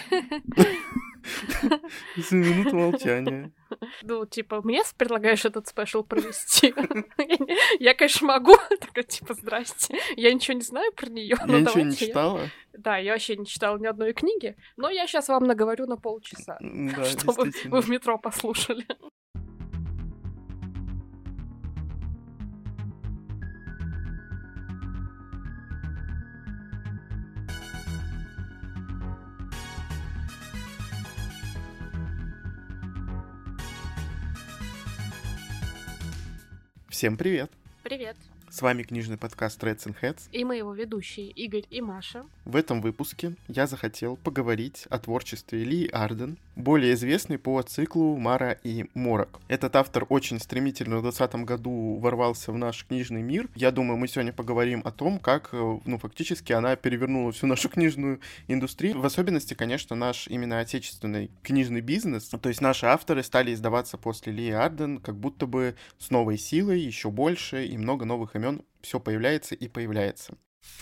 За минуту молчания. Ну, типа, мне предлагаешь этот спешл провести? Я, конечно, могу. Такая, типа, здрасте. Я ничего не знаю про нее, но Я ничего не давайте я... читала. Да, я вообще не читала ни одной книги, но я сейчас вам наговорю на полчаса, Да, чтобы вы действительно. в метро послушали. Всем привет! Привет. С вами книжный подкаст Threads and Heads. И мы его ведущие Игорь и Маша. В этом выпуске я захотел поговорить о творчестве Лии Арден, более известной по циклу «Мара и Морок». Этот автор очень стремительно в 2020 году ворвался в наш книжный мир. Я думаю, мы сегодня поговорим о том, как, фактически она перевернула всю нашу книжную индустрию. В особенности, конечно, наш именно отечественный книжный бизнес. То есть наши авторы стали издаваться после Лии Арден как будто бы с новой силой, еще больше, и много новых имен все появляется и появляется.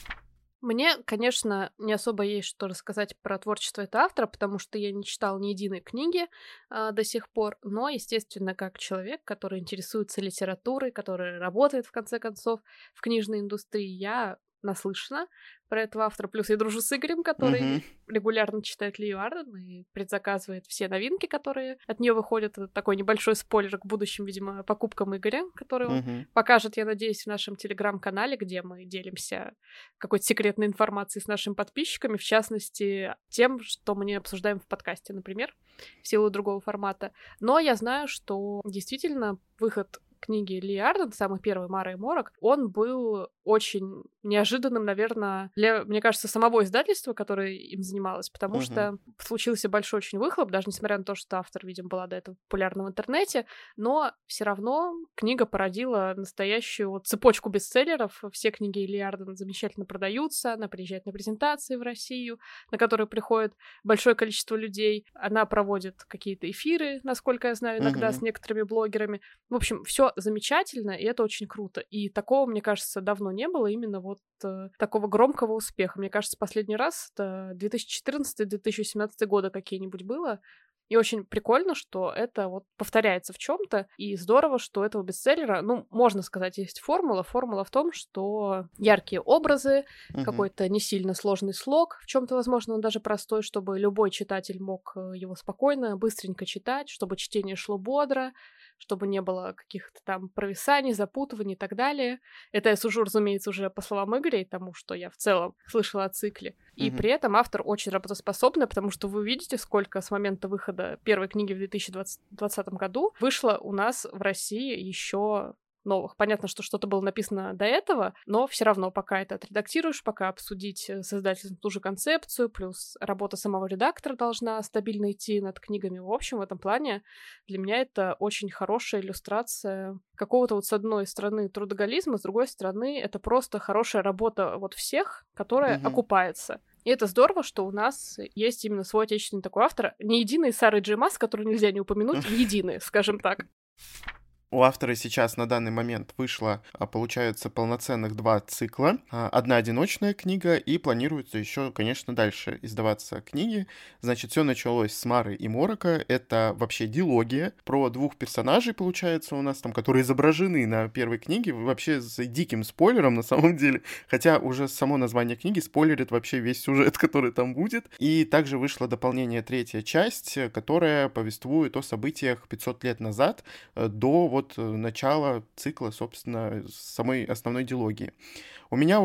Мне, конечно, не особо есть что рассказать про творчество этого автора, потому что я не читала ни единой книги до сих пор, но, естественно, как человек, который интересуется литературой, который работает, в конце концов, в книжной индустрии, я наслышана про этого автора. Плюс я дружу с Игорем, который регулярно читает Лию Арден и предзаказывает все новинки, которые от нее выходят. Это такой небольшой спойлер к будущим, видимо, покупкам Игоря, который он покажет, я надеюсь, в нашем телеграм-канале, где мы делимся какой-то секретной информацией с нашими подписчиками, в частности, тем, что мы не обсуждаем в подкасте, например, в силу другого формата. Но я знаю, что действительно выход книги Лии Арден, самый первый «Мара и Морок», он был очень неожиданным, наверное, для, мне кажется, самого издательства, которое им занималось, потому что случился большой очень выхлоп, даже несмотря на то, что автор, видимо, была до этого популярна в интернете, но все равно книга породила настоящую вот цепочку бестселлеров. Все книги Лии Арден замечательно продаются, она приезжает на презентации в Россию, на которые приходит большое количество людей, она проводит какие-то эфиры, насколько я знаю, иногда с некоторыми блогерами. В общем, все замечательно, и это очень круто. И такого, мне кажется, давно не было, именно вот такого громкого успеха. Мне кажется, последний раз это 2014-2017 года какие-нибудь было. И очень прикольно, что это вот повторяется в чем-то, и здорово, что у этого бестселлера, ну, можно сказать, есть формула. Формула в том, что яркие образы, какой-то не сильно сложный слог, в чем-то, возможно, он даже простой, чтобы любой читатель мог его спокойно, быстренько читать, чтобы чтение шло бодро, чтобы не было каких-то там провисаний, запутываний и так далее. Это я сужу, разумеется, уже по словам Игоря и тому, что я в целом слышала о цикле. И при этом автор очень работоспособный, потому что вы видите, сколько с момента выхода первой книги в 2020 году вышло у нас в России еще новых. Понятно, что что-то было написано до этого, но все равно, пока это отредактируешь, пока обсудить с издательством ту же концепцию, плюс работа самого редактора должна стабильно идти над книгами. В общем, в этом плане для меня это очень хорошая иллюстрация какого-то вот с одной стороны трудоголизма, с другой стороны это просто хорошая работа вот всех, которая окупается. И это здорово, что у нас есть именно свой отечественный такой автор. Не единый Сары Джей Маас, которую нельзя не упомянуть, единый, скажем так. У автора сейчас на данный момент вышло, получается, полноценных 2 цикла. Одна одиночная книга, и планируется еще, конечно, дальше издаваться книги. Значит, все началось с Мары и Морока. Это вообще дилогия про 2 персонажей, получается, у нас там, которые изображены на первой книге, вообще с диким спойлером на самом деле. Хотя уже само название книги спойлерит вообще весь сюжет, который там будет. И также вышло дополнение 3-я часть, которая повествует о событиях 500 лет назад, до вот начала цикла, собственно, самой основной дилогии. У меня,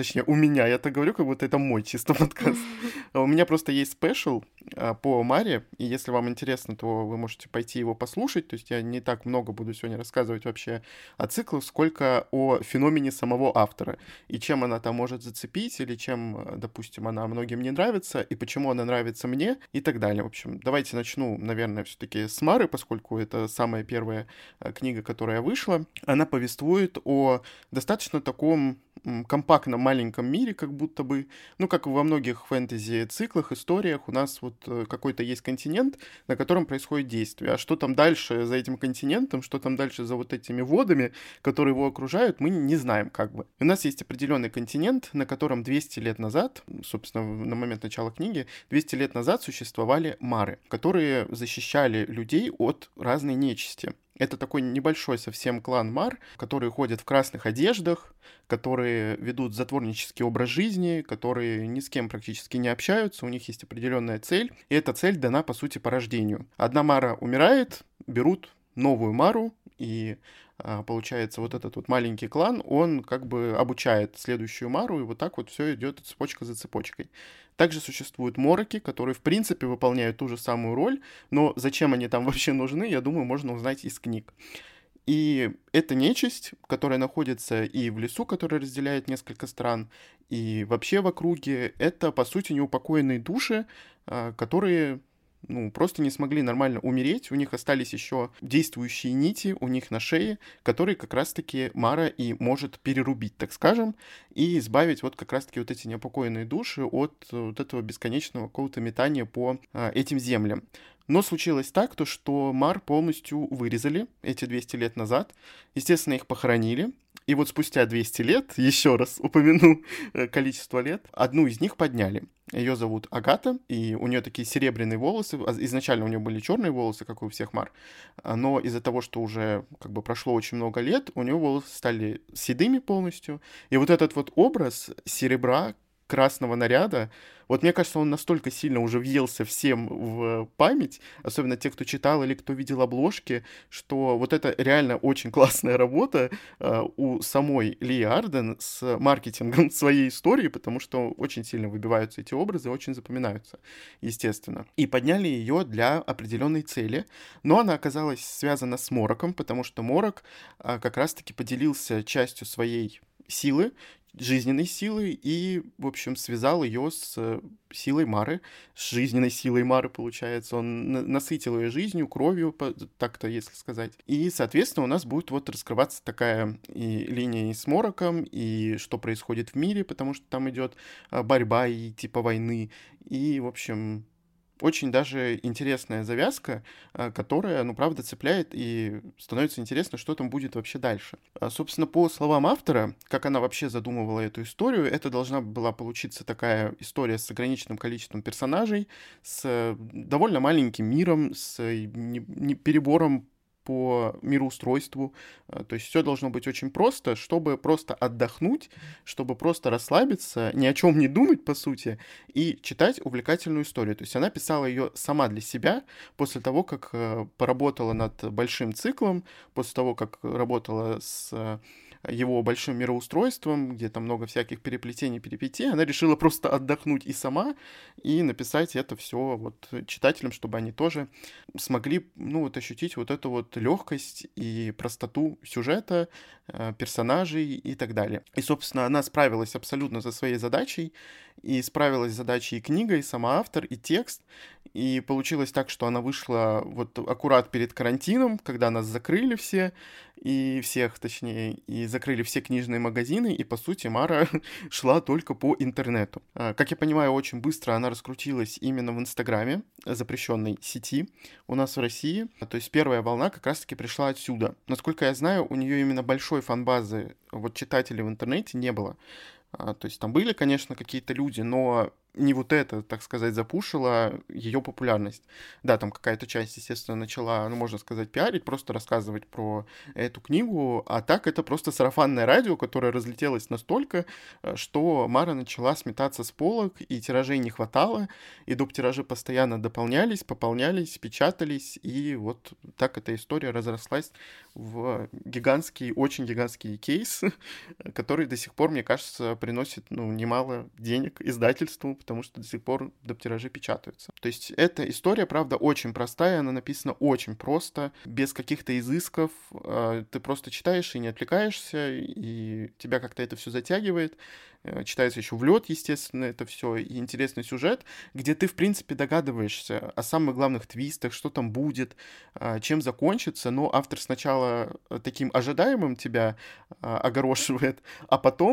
я так говорю, как будто это мой чисто подкаст. У меня просто есть спешл по Маре, и если вам интересно, то вы можете пойти его послушать. То есть я не так много буду сегодня рассказывать вообще о циклах, сколько о феномене самого автора. И чем она там может зацепить, или чем, допустим, она многим не нравится, и почему она нравится мне, и так далее. В общем, давайте начну, наверное, все-таки с Мары, поскольку это самая первая книга, которая вышла. Она повествует о достаточно таком компактном маленьком мире, как будто бы, ну, как во многих фэнтези-циклах, историях, у нас вот какой-то есть континент, на котором происходит действие. А что там дальше за этим континентом, что там дальше за вот этими водами, которые его окружают, мы не знаем как бы. У нас есть определенный континент, на котором 200 лет назад, собственно, на момент начала книги, 200 лет назад существовали мары, которые защищали людей от разной нечисти. Это такой небольшой совсем клан Мар, которые ходят в красных одеждах, которые ведут затворнический образ жизни, которые ни с кем практически не общаются, у них есть определенная цель, и эта цель дана, по сути, по рождению. Одна Мара умирает, берут новую Мару, и получается, вот этот вот маленький клан, он как бы обучает следующую Мару, и вот так вот все идет цепочка за цепочкой. Также существуют мороки, которые, в принципе, выполняют ту же самую роль, но зачем они там вообще нужны, я думаю, можно узнать из книг. И эта нечисть, которая находится и в лесу, который разделяет несколько стран, и вообще в округе, это, по сути, неупокоенные души, которые просто не смогли нормально умереть, у них остались еще действующие нити у них на шее, которые как раз-таки Мара и может перерубить, так скажем, и избавить вот как раз-таки вот эти неупокоенные души от вот этого бесконечного какого-то метания по этим землям. Но случилось так, что Мар полностью вырезали эти 200 лет назад. Естественно, их похоронили. И вот спустя 200 лет, еще раз упомяну количество лет, одну из них подняли. Ее зовут Агата, и у нее такие серебряные волосы. Изначально у нее были черные волосы, как и у всех Мар. Но из-за того, что уже как бы прошло очень много лет, у нее волосы стали седыми полностью. И вот этот вот образ серебра, красного наряда, вот мне кажется, он настолько сильно уже въелся всем в память, особенно те, кто читал или кто видел обложки, что вот это реально очень классная работа у самой Лии Арден с маркетингом своей истории, потому что очень сильно выбиваются эти образы, очень запоминаются, естественно. И подняли ее для определенной цели, но она оказалась связана с Мороком, потому что Морок как раз-таки поделился частью своей силы, жизненной силы, и, в общем, связал ее с силой Мары, с жизненной силой Мары, получается. Он насытил ее жизнью, кровью, так-то, если сказать. И, соответственно, у нас будет вот раскрываться такая и линия и с Мороком, и что происходит в мире, потому что там идет борьба и типа войны. И, в общем, очень даже интересная завязка, которая, правда, цепляет, и становится интересно, что там будет вообще дальше. Собственно, по словам автора, как она вообще задумывала эту историю, это должна была получиться такая история с ограниченным количеством персонажей, с довольно маленьким миром, с перебором по мироустройству. То есть все должно быть очень просто, чтобы просто отдохнуть, чтобы просто расслабиться, ни о чем не думать, по сути, и читать увлекательную историю. То есть она писала ее сама для себя после того, как поработала над большим циклом, после того, как работала с его большим мироустройством, где там много всяких переплетений, перипетий, она решила просто отдохнуть и сама, и написать это все вот читателям, чтобы они тоже смогли, ощутить вот эту вот легкость и простоту сюжета, персонажей и так далее. И, собственно, она справилась абсолютно со своей задачей, и справилась с задачей и книга, и сама автор, и текст, и получилось так, что она вышла вот аккурат перед карантином, когда нас закрыли все, и всех, точнее, и закрыли все книжные магазины, и, по сути, Мара шла только по интернету. Как я понимаю, очень быстро она раскрутилась именно в Инстаграме, запрещенной сети у нас в России. То есть первая волна как раз-таки пришла отсюда. Насколько я знаю, у нее именно большой фан-базы вот читателей в интернете не было. То есть там были, конечно, какие-то люди, но не вот это, так сказать, запушило ее популярность. Да, там какая-то часть, естественно, начала, можно сказать, пиарить, просто рассказывать про эту книгу, а так это просто сарафанное радио, которое разлетелось настолько, что Мара начала сметаться с полок, и тиражей не хватало, и доп. Тиражи постоянно дополнялись, пополнялись, печатались, и вот так эта история разрослась в гигантский, очень гигантский кейс, который до сих пор, мне кажется, приносит, немало денег издательству, потому что до сих пор доп-тиражи печатаются. То есть эта история, правда, очень простая, она написана очень просто, без каких-то изысков. Ты просто читаешь и не отвлекаешься, и тебя как-то это все затягивает. Читается еще в лед, естественно, это все, и интересный сюжет, где ты, в принципе, догадываешься о самых главных твистах, что там будет, чем закончится, но автор сначала таким ожидаемым тебя огорошивает, а потом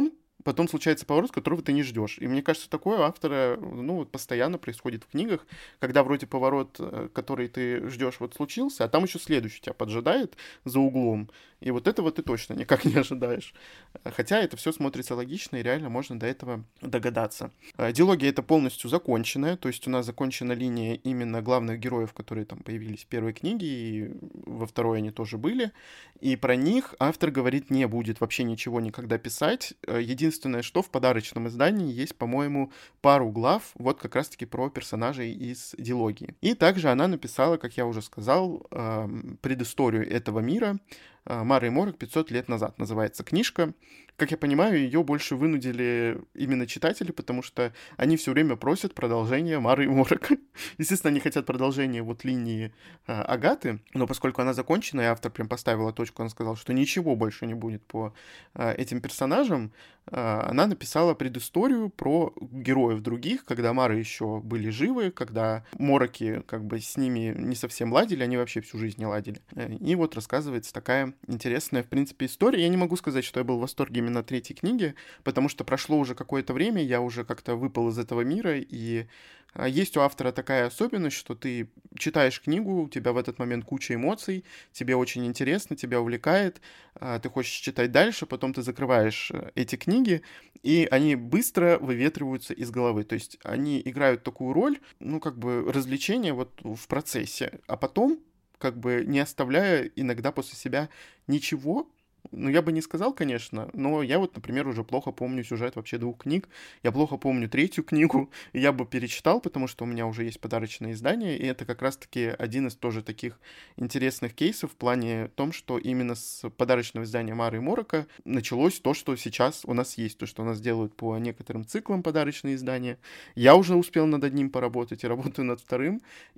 потом случается поворот, которого ты не ждешь. И мне кажется, такое у автора, ну, вот постоянно происходит в книгах, когда вроде поворот, который ты ждешь, вот случился, а там еще следующий тебя поджидает за углом. И вот этого ты точно никак не ожидаешь. Хотя это все смотрится логично, и реально можно до этого догадаться. Дилогия это полностью законченная, то есть у нас закончена линия именно главных героев, которые там появились в первой книге, и во второй они тоже были. И про них автор говорит, не будет вообще ничего никогда писать. Единственное, что в подарочном издании есть, по-моему, пару глав, вот как раз-таки про персонажей из дилогии. И также она написала, как я уже сказал, предысторию этого мира. «Мара и Морок 500 лет назад» называется книжка. Как я понимаю, ее больше вынудили именно читатели, потому что они все время просят продолжения Мары и Морока. Естественно, они хотят продолжения вот линии Агаты, но поскольку она закончена, и автор прям поставила точку, он сказал, что ничего больше не будет по этим персонажам, она написала предысторию про героев других, когда Мары еще были живы, когда Мороки как бы с ними не совсем ладили, они вообще всю жизнь не ладили. И вот рассказывается такая интересная, в принципе, история. Я не могу сказать, что я был в восторге именно от третьей книги, потому что прошло уже какое-то время, я уже как-то выпал из этого мира, и есть у автора такая особенность, что ты читаешь книгу, у тебя в этот момент куча эмоций, тебе очень интересно, тебя увлекает, ты хочешь читать дальше, потом ты закрываешь эти книги, и они быстро выветриваются из головы. То есть они играют такую роль, ну, как бы развлечения вот в процессе, а потом, как бы не оставляя иногда после себя ничего. Ну, я бы не сказал, конечно, но я вот, например, уже плохо помню сюжет вообще двух книг, я плохо помню третью книгу, и я бы перечитал, потому что у меня уже есть подарочное издание, и это как раз-таки один из тоже таких интересных кейсов в плане том, что именно с подарочного издания Мары и Морока началось то, что сейчас у нас есть, то, что у нас делают по некоторым циклам подарочные издания. Я уже успел над одним поработать и работаю над вторым,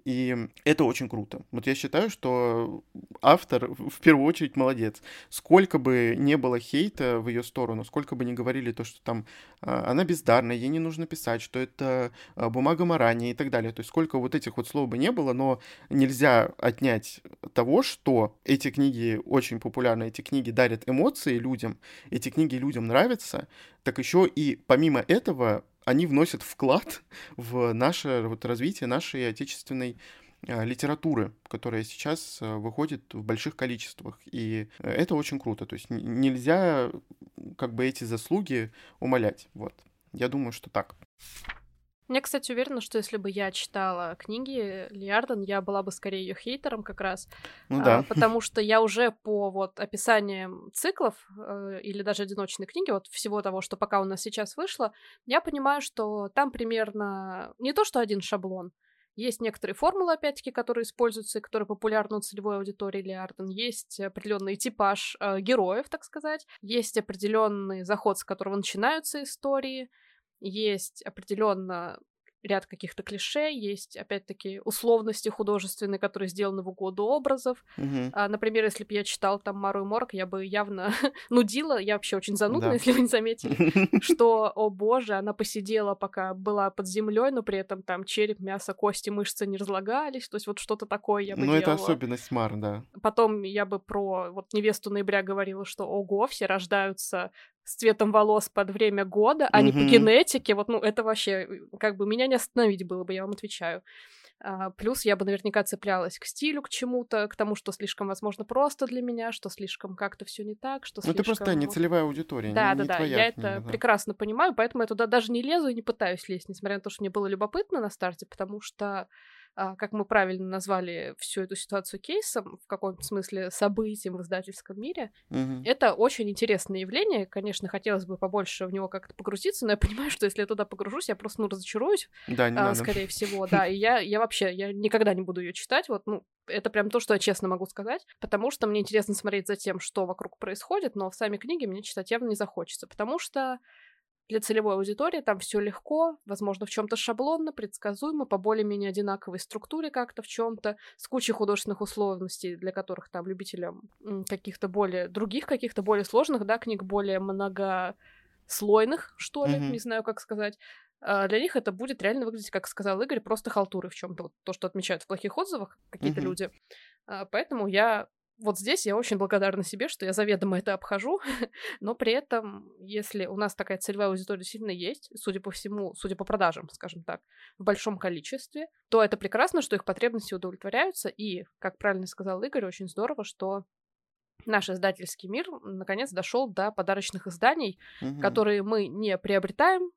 и это очень круто. Вот я считаю, что автор в первую очередь молодец. Сколько бы не было хейта в ее сторону, сколько бы ни говорили то, что там она бездарная, ей не нужно писать, что это бумага марания и так далее. То есть сколько вот этих вот слов бы не было, но нельзя отнять того, что эти книги очень популярны, эти книги дарят эмоции людям, эти книги людям нравятся, так еще и помимо этого они вносят вклад в наше вот развитие нашей отечественной литературы, которая сейчас выходит в больших количествах. И это очень круто. То есть нельзя как бы эти заслуги умалять. Вот. Я думаю, что так. Я, кстати, уверена, что если бы я читала книги Ли Арден, я была бы скорее ее хейтером как раз, Ну да. потому что я уже по вот описаниям циклов или даже одиночной книги, вот всего того, что пока у нас сейчас вышло, я понимаю, что там примерно не то, что один шаблон. Есть некоторые формулы, опять-таки, которые используются и которые популярны у целевой аудитории Ли Арден. Есть определенный типаж героев, так сказать. Есть определенный заход, с которого начинаются истории. Есть определенно ряд каких-то клише, есть, опять-таки, условности художественные, которые сделаны в угоду образов. Мгм. Например, если бы я читала там Мару и Морок, я бы явно нудила, я вообще очень занудна, Да. если вы не заметили, что, о боже, она посидела, пока была под землей, но при этом там череп, мясо, кости, мышцы не разлагались, то есть вот что-то такое я бы Ну, это делала. особенность Мар, да. Потом я бы про вот невесту ноября говорила, что ого, все рождаются с цветом волос под время года, а не по Мгм. генетике. Вот, ну, это вообще, как бы, меня не остановить было бы, я вам отвечаю. Плюс я бы наверняка цеплялась к стилю, к чему-то, к тому, что слишком, возможно, просто для меня, что слишком как-то все не так, что Ну, ты просто не слишком... целевая аудитория, не Да-да-да, твоя я книга, это да. прекрасно понимаю, поэтому я туда даже не лезу и не пытаюсь лезть, несмотря на то, что мне было любопытно на старте, потому что, как мы правильно назвали всю эту ситуацию кейсом, в каком-то смысле событием в издательском мире, Мгм. это очень интересное явление. Конечно, хотелось бы побольше в него как-то погрузиться, но я понимаю, что если я туда погружусь, я просто, ну, разочаруюсь, Да, не надо. скорее всего, да, и я вообще, я никогда не буду ее читать, вот, ну, это прям то, что я честно могу сказать, потому что мне интересно смотреть за тем, что вокруг происходит, но в сами книги мне читать явно не захочется, потому что для целевой аудитории там все легко, возможно, в чем-то шаблонно, предсказуемо, по более-менее одинаковой структуре как-то в чем-то, с кучей художественных условностей, для которых там любителям каких-то более других, каких-то более сложных, да, книг более многослойных, что ли, Мгм. не знаю, как сказать. Для них это будет реально выглядеть, как сказал Игорь, просто халтуры в чем-то, вот то, что отмечают в плохих отзывах какие-то Мгм. люди. Поэтому я вот здесь я очень благодарна себе, что я заведомо это обхожу, но при этом, если у нас такая целевая аудитория действительно есть, судя по всему, судя по продажам, скажем так, в большом количестве, то это прекрасно, что их потребности удовлетворяются, и, как правильно сказал Игорь, очень здорово, что наш издательский мир наконец дошел до подарочных изданий, Мгм. которые мы не приобретаем,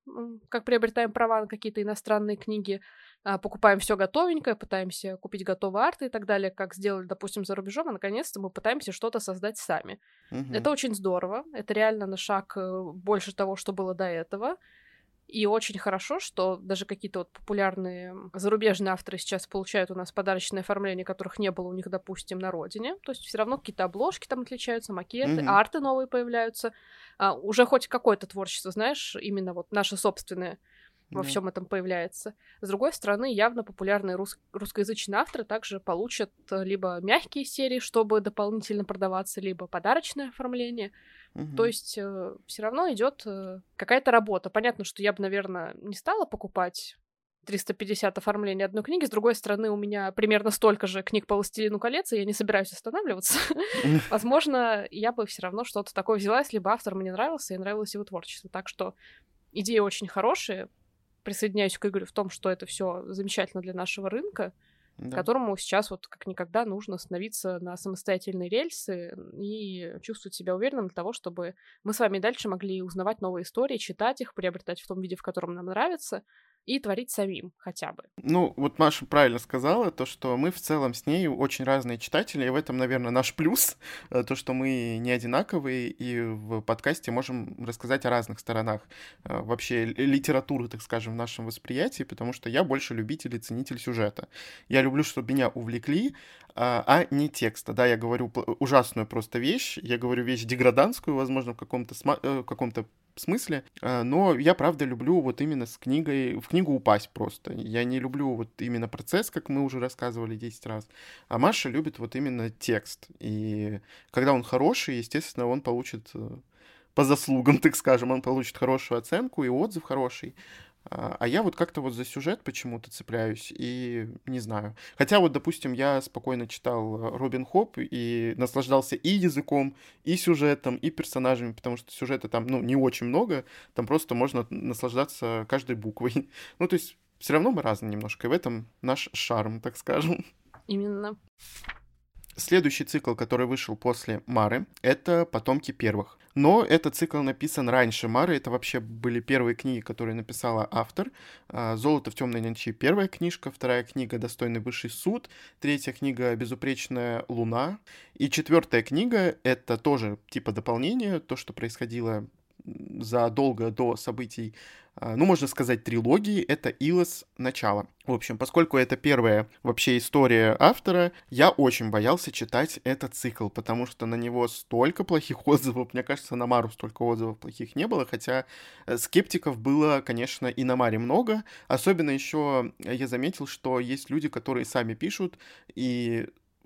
как приобретаем права на какие-то иностранные книги, покупаем все готовенькое, пытаемся купить готовые арты и так далее, как сделали, допустим, за рубежом, а наконец-то мы пытаемся что-то создать сами. Мгм. Это очень здорово, это реально на шаг больше того, что было до этого. И очень хорошо, что даже какие-то вот популярные зарубежные авторы сейчас получают у нас подарочное оформление, которых не было у них, допустим, на родине. То есть все равно какие-то обложки там отличаются, макеты, Мгм. арты новые появляются. Уже хоть какое-то творчество, знаешь, именно вот наше собственное во Да. всем этом появляется. С другой стороны, явно популярные русскоязычные авторы также получат либо мягкие серии, чтобы дополнительно продаваться, либо подарочное оформление. То Мгм. есть все равно идет какая-то работа. Понятно, что я бы, наверное, не стала покупать 350 оформлений одной книги. С другой стороны, у меня примерно столько же книг по «Властелину колец», и я не собираюсь останавливаться. Возможно, я бы все равно что-то такое взяла, если бы автор мне нравился и нравилось его творчество. Так что идеи очень хорошие. Присоединяюсь к Игорю в том, что это все замечательно для нашего рынка, Да. которому сейчас вот как никогда нужно становиться на самостоятельные рельсы и чувствовать себя уверенным для того, чтобы мы с вами и дальше могли узнавать новые истории, читать их, приобретать в том виде, в котором нам нравится, и творить самим хотя бы. Ну, вот Маша правильно сказала, то, что мы в целом с ней очень разные читатели, и в этом, наверное, наш плюс, то, что мы не одинаковые, и в подкасте можем рассказать о разных сторонах вообще литературы, так скажем, в нашем восприятии, потому что я больше любитель и ценитель сюжета. Я люблю, чтобы меня увлекли, а не текста. Да, я говорю ужасную просто вещь, я говорю вещь деграданскую, возможно, в каком-то смысле, но я правда люблю вот именно с книгой, в книгу упасть просто. Я не люблю вот именно процесс, как мы уже рассказывали 10 раз, а Маша любит вот именно текст. И когда он хороший, естественно, он получит по заслугам, так скажем, он получит хорошую оценку и отзыв хороший. А я вот как-то вот за сюжет почему-то цепляюсь и не знаю. Хотя вот, допустим, я спокойно читал Робин Хоп и наслаждался и языком, и сюжетом, и персонажами, потому что сюжета там, ну, не очень много, там просто можно наслаждаться каждой буквой. Ну, то есть все равно мы разные немножко, и в этом наш шарм, так скажем. Именно. Следующий цикл, который вышел после Мары, это «Потомки первых». Но этот цикл написан раньше Мары, это вообще были первые книги, которые написала автор. «Золото в темной ночи» — первая книжка, вторая книга «Достойный высший суд», третья книга «Безупречная луна». И четвертая книга — это тоже типа дополнение, то, что происходило задолго до событий, ну, можно сказать, трилогии, это «Илос. Начало». В общем, поскольку это первая вообще история автора, я очень боялся читать этот цикл, потому что на него столько плохих отзывов, мне кажется, на Мару столько отзывов плохих не было, хотя скептиков было, конечно, и на Маре много. Особенно еще я заметил, что есть люди, которые сами пишут, и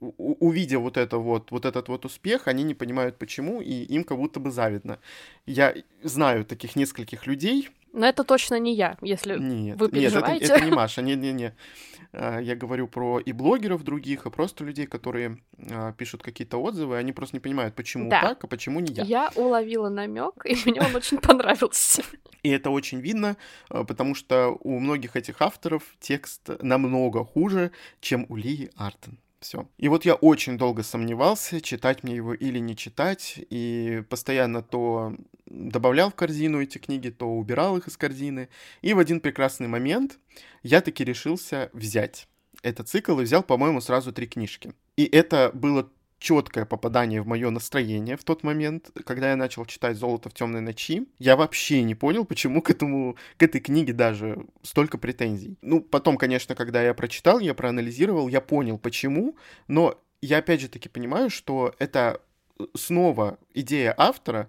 увидя вот этот вот успех, они не понимают почему, и им как будто бы завидно. Я знаю таких нескольких людей. Но это точно не я, если Нет, вы нет, переживаете. это не Маша, не-не-не. Я говорю про и блогеров других, и просто людей, которые пишут какие-то отзывы, они просто не понимают, почему Да, так, а почему не я. я уловила намек, и мне он очень понравился. И это очень видно, потому что у многих этих авторов текст намного хуже, чем у Лии Артен. Все. И вот я очень долго сомневался, читать мне его или не читать, и постоянно то добавлял в корзину эти книги, то убирал их из корзины. И в один прекрасный момент я таки решился взять этот цикл и взял, по-моему, сразу 3 книжки. И это было четкое попадание в мое настроение в тот момент, когда я начал читать «Золото в темной ночи». Я вообще не понял, почему к этой книге даже столько претензий. Ну, потом, конечно, когда я прочитал, я проанализировал, я понял, почему, но я опять же таки понимаю, что это снова идея автора,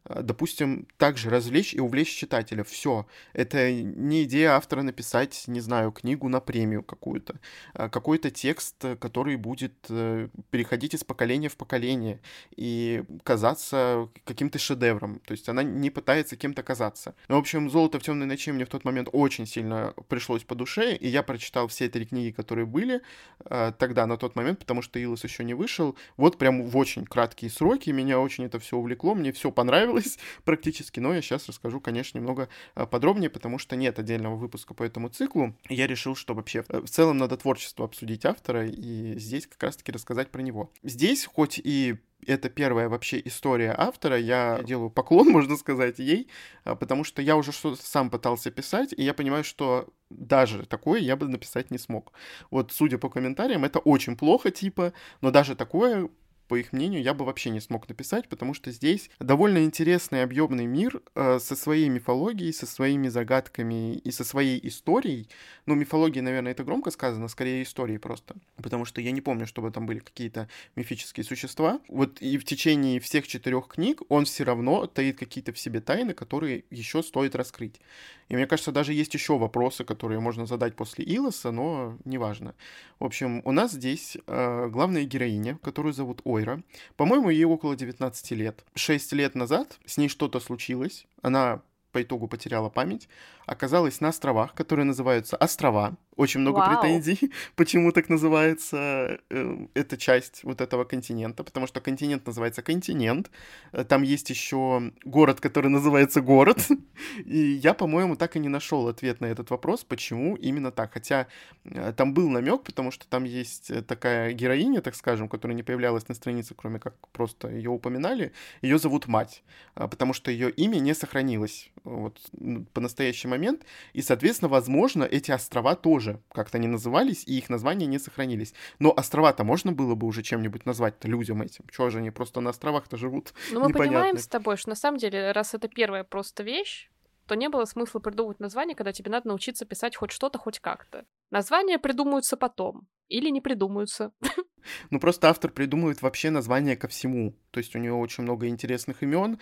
допустим, также развлечь и увлечь читателя. Все. Это не идея автора написать, не знаю, книгу на премию какую-то, какой-то текст, который будет переходить из поколения в поколение и казаться каким-то шедевром. То есть она не пытается кем-то казаться. Ну, в общем, «Золото в темной ночи» мне в тот момент очень сильно пришлось по душе, и я прочитал все 3 книги, которые были тогда, на тот момент, потому что «Илос» еще не вышел. Вот прям в очень краткие сроки меня очень это все увлекло, мне все понравилось практически, но я сейчас расскажу, конечно, немного подробнее, потому что нет отдельного выпуска по этому циклу. Я решил, что вообще в целом надо творчество обсудить автора, и здесь как раз-таки рассказать про него. Здесь, хоть и это первая вообще история автора, я делаю поклон, можно сказать, ей, потому что я уже что-то сам пытался писать, и я понимаю, что даже такое я бы написать не смог. Вот, судя по комментариям, это очень плохо, типа, но даже такое, по их мнению, я бы вообще не смог написать, потому что здесь довольно интересный объемный мир со своей мифологией, со своими загадками и со своей историей. Ну, мифология, наверное, это громко сказано, скорее истории просто, потому что я не помню, чтобы там были какие-то мифические существа. Вот и в течение всех 4 книг он все равно таит какие-то в себе тайны, которые еще стоит раскрыть. И мне кажется, даже есть еще вопросы, которые можно задать после Илоса, но неважно. В общем, у нас здесь главная героиня, которую зовут Ойра. По-моему, ей около 19 лет. 6 лет назад с ней что-то случилось. Она по итогу потеряла память, оказалась на островах, которые называются Острова. Очень много претензий, почему так называется эта часть вот этого континента, потому что континент называется континент, там есть еще город, который называется город, и я, по-моему, так и не нашел ответ на этот вопрос, почему именно так, хотя там был намек, потому что там есть такая героиня, так скажем, которая не появлялась на странице, кроме как просто ее упоминали, ее зовут Мать, потому что ее имя не сохранилось вот по настоящий момент, и, соответственно, возможно, эти острова тоже как-то не назывались, и их названия не сохранились. Но острова-то можно было бы уже чем-нибудь назвать-то людям этим. Чего же они просто на островах-то живут? Ну, мы понимаем с тобой, что на самом деле, раз это первая просто вещь, то не было смысла придумывать название, когда тебе надо научиться писать хоть что-то, хоть как-то. Названия придумаются потом. Или не придумаются. Ну, просто автор придумывает вообще название ко всему. То есть у него очень много интересных имен,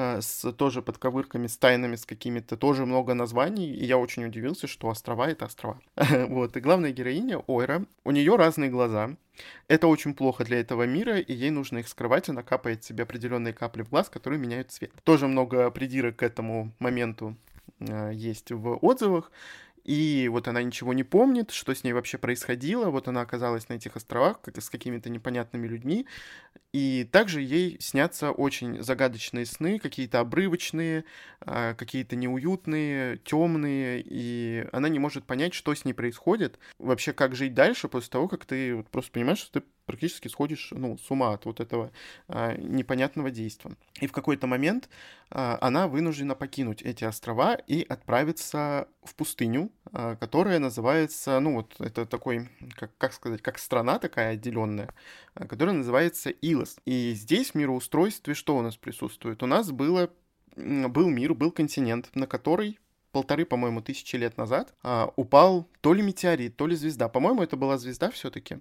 с тоже подковырками, с тайнами, с какими-то, тоже много названий. И я очень удивился, что острова — это острова. Вот. И главная героиня, Ойра, у нее разные глаза. Это очень плохо для этого мира, и ей нужно их скрывать. Она капает себе определенные капли в глаз, которые меняют цвет. Тоже много придирок к этому моменту есть в отзывах. И вот она ничего не помнит, что с ней вообще происходило. Вот она оказалась на этих островах с какими-то непонятными людьми. И также ей снятся очень загадочные сны, какие-то обрывочные, какие-то неуютные, темные. И она не может понять, что с ней происходит. Вообще, как жить дальше после того, как ты вот просто понимаешь, что ты практически сходишь, ну, с ума от вот этого непонятного действия. И в какой-то момент она вынуждена покинуть эти острова и отправиться в пустыню, которая называется, ну, вот это такой, как сказать, как страна такая отделенная, которая называется Илос. И здесь в мироустройстве что у нас присутствует? У нас был мир, был континент, на который 1,5, по-моему, тысячи лет назад упал то ли метеорит, то ли звезда. По-моему, это была звезда все-таки.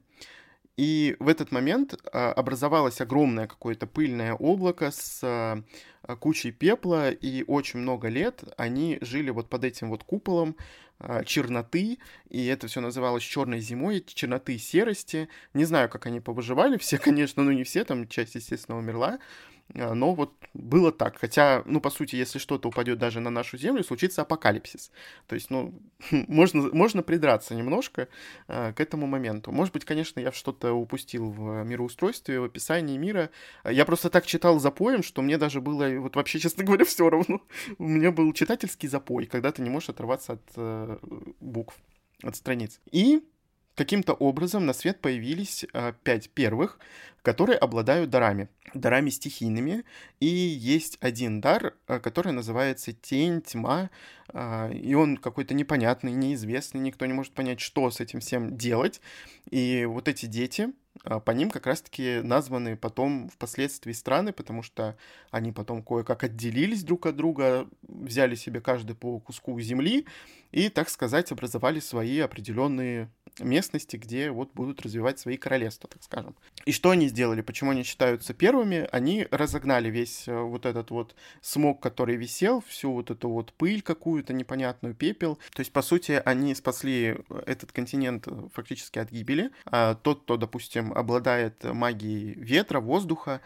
И в этот момент образовалось огромное какое-то пыльное облако с кучей пепла, и очень много лет они жили вот под этим вот куполом черноты, и это все называлось черной зимой, черноты и серости. Не знаю, как они повыживали, все, конечно, ну не все, там часть, естественно, умерла, но вот было так. Хотя, ну, по сути, если что-то упадет даже на нашу Землю, случится апокалипсис. То есть, ну, можно придраться немножко к этому моменту. Может быть, конечно, я что-то упустил в мироустройстве, в описании мира. Я просто так читал запоем, что мне даже было, вот вообще, честно говоря, все равно. У меня был читательский запой, когда ты не можешь оторваться от букв, от страниц. И каким-то образом на свет появились 5 первых, которые обладают дарами стихийными, и есть один дар, который называется тень, тьма, и он какой-то непонятный, неизвестный, никто не может понять, что с этим всем делать, и вот эти дети, по ним как раз-таки названы потом впоследствии страны, потому что они потом кое-как отделились друг от друга, взяли себе каждый по куску земли и, так сказать, образовали свои определенные местности, где вот будут развивать свои королевства, так скажем. И что они сделали, почему они считаются первыми, они разогнали весь вот этот вот смог, который висел, всю вот эту вот пыль какую-то непонятную, пепел. То есть, по сути, они спасли этот континент фактически от гибели. Тот, кто, допустим, обладает магией ветра, воздуха,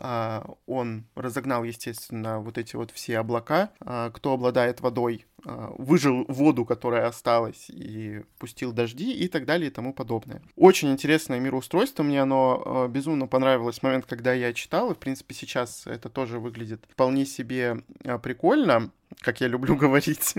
он разогнал, естественно, вот эти вот все облака. Кто обладает водой, выжил воду, которая осталась, и пустил дожди, и так далее, и тому подобное. Очень интересное мироустройство, мне оно безумно понравилось в момент, когда я читал, и, в принципе, сейчас это тоже выглядит вполне себе прикольно, как я люблю говорить,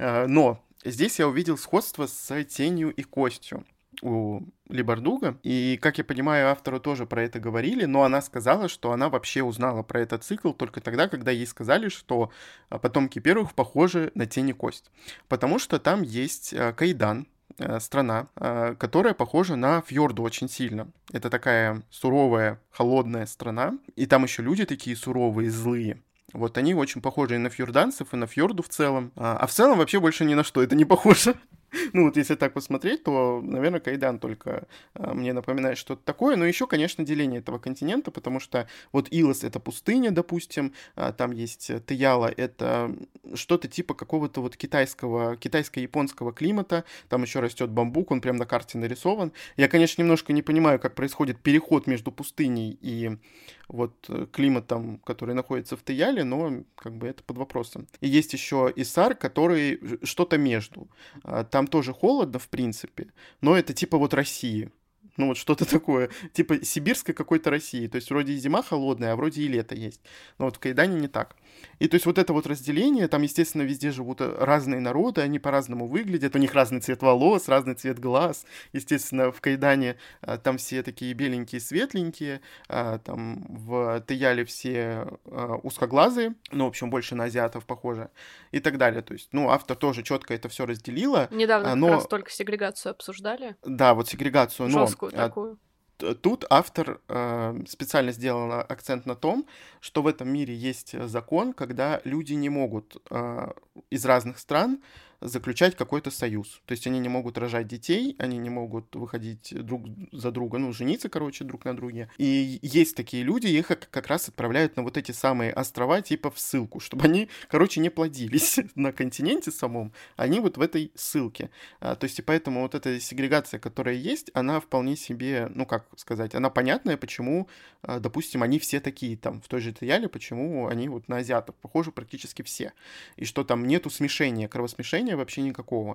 но здесь я увидел сходство с «Тенью и костью» у Ли Бардуго, и, как я понимаю, автору тоже про это говорили, но она сказала, что она вообще узнала про этот цикл только тогда, когда ей сказали, что потомки первых похожи на «Тень и кость», потому что там есть Кайдан, страна, которая похожа на Фьорду очень сильно. Это такая суровая, холодная страна, и там еще люди такие суровые, злые. Вот они очень похожи и на фьорданцев, и на Фьорду в целом. А в целом вообще больше ни на что это не похоже. Ну вот если так посмотреть, то, наверное, Кайдан только мне напоминает что-то такое. Но еще, конечно, деление этого континента, потому что вот Илос — это пустыня, допустим, там есть Таяла — это что-то типа какого-то вот китайско-японского климата. Там еще растет бамбук, он прям на карте нарисован. Я, конечно, немножко не понимаю, как происходит переход между пустыней и вот климатом, который находится в Таяле, но как бы это под вопросом. И есть еще Исар, который что-то между. Там тоже холодно, в принципе, но это типа вот России. Ну вот что-то такое, типа сибирской какой-то России. То есть вроде и зима холодная, а вроде и лето есть. Но вот в Кайдане не так. И то есть вот это вот разделение, там, естественно, везде живут разные народы, они по-разному выглядят, у них разный цвет волос, разный цвет глаз. Естественно, в Кайдане там все такие беленькие, светленькие, там в Таяле все узкоглазые, ну, в общем, больше на азиатов похоже, и так далее. То есть, ну, автор тоже четко это все разделила. Недавно как раз только сегрегацию обсуждали. Да, вот сегрегацию, но... Жесткую такую. Тут автор специально сделал акцент на том, что в этом мире есть закон, когда люди не могут из разных стран заключать какой-то союз. То есть они не могут рожать детей, они не могут выходить друг за друга, ну, жениться, короче, друг на друге. И есть такие люди, их как раз отправляют на вот эти самые острова, типа в ссылку, чтобы они, короче, не плодились на континенте самом, они вот в этой ссылке. То есть и поэтому вот эта сегрегация, которая есть, она вполне себе, ну, как сказать, она понятная, почему, допустим, они все такие там в той же Таяле, почему они вот на азиатов похожи практически все. И что там нету смешения, кровосмешения вообще никакого.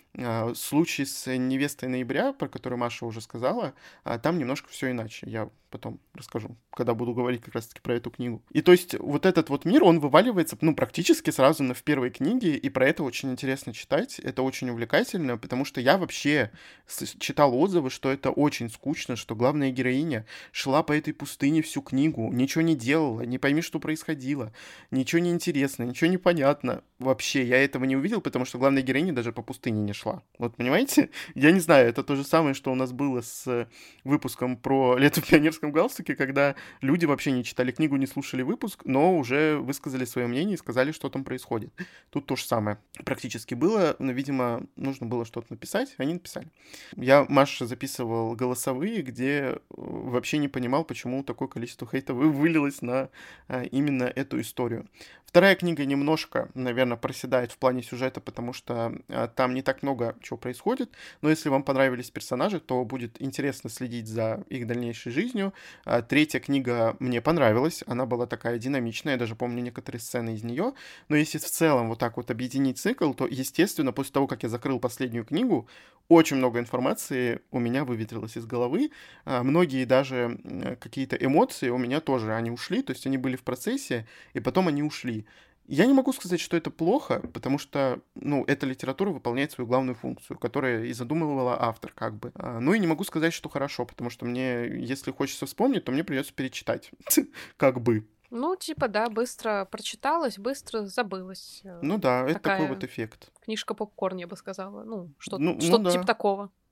Случай с невестой ноября, про который Маша уже сказала, там немножко все иначе. Я потом расскажу, когда буду говорить как раз-таки про эту книгу. И то есть вот этот вот мир, он вываливается, ну, практически сразу в первой книге, и про это очень интересно читать, это очень увлекательно, потому что я вообще читал отзывы, что это очень скучно, что главная героиня шла по этой пустыне всю книгу, ничего не делала, не пойми, что происходило, ничего не интересно, ничего не понятно. Вообще, я этого не увидел, потому что главная героиня даже по пустыне не шла. Вот, понимаете? Я не знаю, это то же самое, что у нас было с выпуском про «Лето в пионерском галстуке», когда люди вообще не читали книгу, не слушали выпуск, но уже высказали свое мнение и сказали, что там происходит. Тут то же самое практически было, но, видимо, нужно было что-то написать, они написали. Я, Маша, записывал голосовые, где вообще не понимал, почему такое количество хейта вылилось на именно эту историю. Вторая книга немножко, наверное, проседает в плане сюжета, потому что там не так много чего происходит, но если вам понравились персонажи, то будет интересно следить за их дальнейшей жизнью. Третья книга мне понравилась, она была такая динамичная, я даже помню некоторые сцены из нее, но если в целом вот так вот объединить цикл, то, естественно, после того, как я закрыл последнюю книгу, очень много информации у меня выветрилось из головы, многие даже какие-то эмоции у меня тоже, они ушли, то есть они были в процессе, и потом они ушли. Я не могу сказать, что это плохо, потому что, ну, эта литература выполняет свою главную функцию, которую и задумывала автор, как бы. Ну и не могу сказать, что хорошо, потому что мне, если хочется вспомнить, то мне придется перечитать, как бы. Ну, типа, да, быстро прочиталась, быстро забылась. Ну да, это такой вот эффект. Книжка попкорн, я бы сказала. Ну, что-то да. типа такого.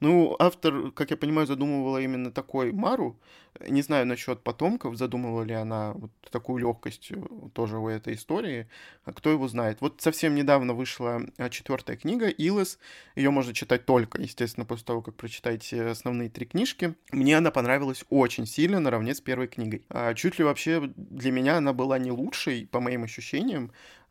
Ну, автор, как я понимаю, задумывала именно такой Мару. Не знаю насчет потомков, задумывала ли она вот такую легкость тоже у этой истории. Кто его знает. Вот совсем недавно вышла 4-я книга «Илос». Ее можно читать только, естественно, после того, как прочитаете основные 3 книжки. Мне она понравилась очень сильно наравне с первой книгой. Чуть ли вообще для меня она была не лучшей, по моим ощущениям,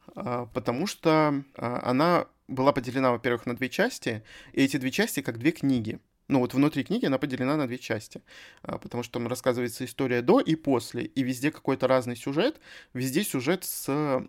потому что она была поделена, во-первых, на 2 части, и эти 2 части как 2 книги. Ну вот внутри книги она поделена на 2 части, потому что там рассказывается история до и после, и везде какой-то разный сюжет, везде сюжет с,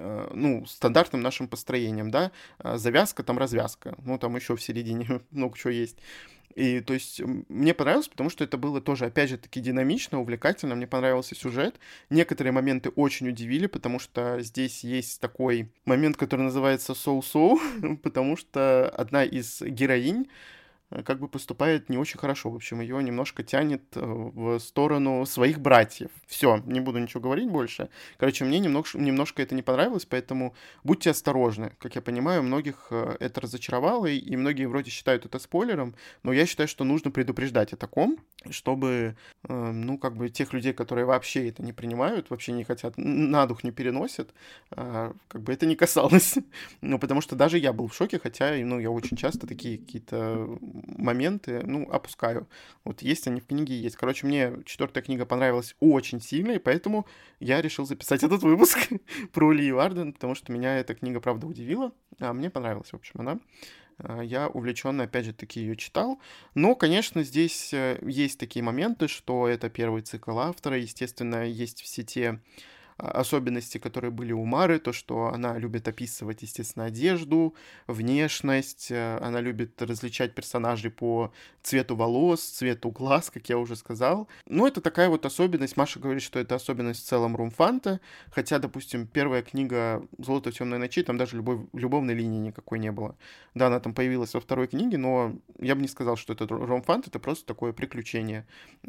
ну, стандартным нашим построением, да, завязка, там развязка, ну там еще в середине много чего есть. И, то есть, мне понравилось, потому что это было тоже, опять же, таки динамично, увлекательно, мне понравился сюжет. Некоторые моменты очень удивили, потому что здесь есть такой момент, который называется «соу-соу», потому что одна из героинь как бы поступает не очень хорошо. В общем, ее немножко тянет в сторону своих братьев. Все, не буду ничего говорить больше. Короче, мне немножко это не понравилось, поэтому будьте осторожны. Как я понимаю, многих это разочаровало, и многие вроде считают это спойлером, но я считаю, что нужно предупреждать о таком, чтобы, ну, как бы тех людей, которые вообще это не принимают, вообще не хотят, на дух не переносят, как бы это не касалось. Ну, потому что даже я был в шоке, хотя, ну, я очень часто такие какие-то моменты, ну, опускаю. Вот есть они в книге, есть. Короче, мне 4-я книга понравилась очень сильно, и поэтому я решил записать этот выпуск про Лию Арден, потому что меня эта книга, правда, удивила, а мне понравилась, в общем, она. Я увлеченно, опять же, таки ее читал. Но, конечно, здесь есть такие моменты, что это первый цикл автора. Естественно, есть все те особенности, которые были у Мары, то, что она любит описывать, естественно, одежду, внешность, она любит различать персонажей по цвету волос, цвету глаз, как я уже сказал. Ну, это такая вот особенность. Маша говорит, что это особенность в целом Румфанта, хотя, допустим, первая книга «Золото в темной ночи», там даже любовной линии никакой не было. Да, она там появилась во 2-й книге, но я бы не сказал, что это Румфант, это просто такое приключение.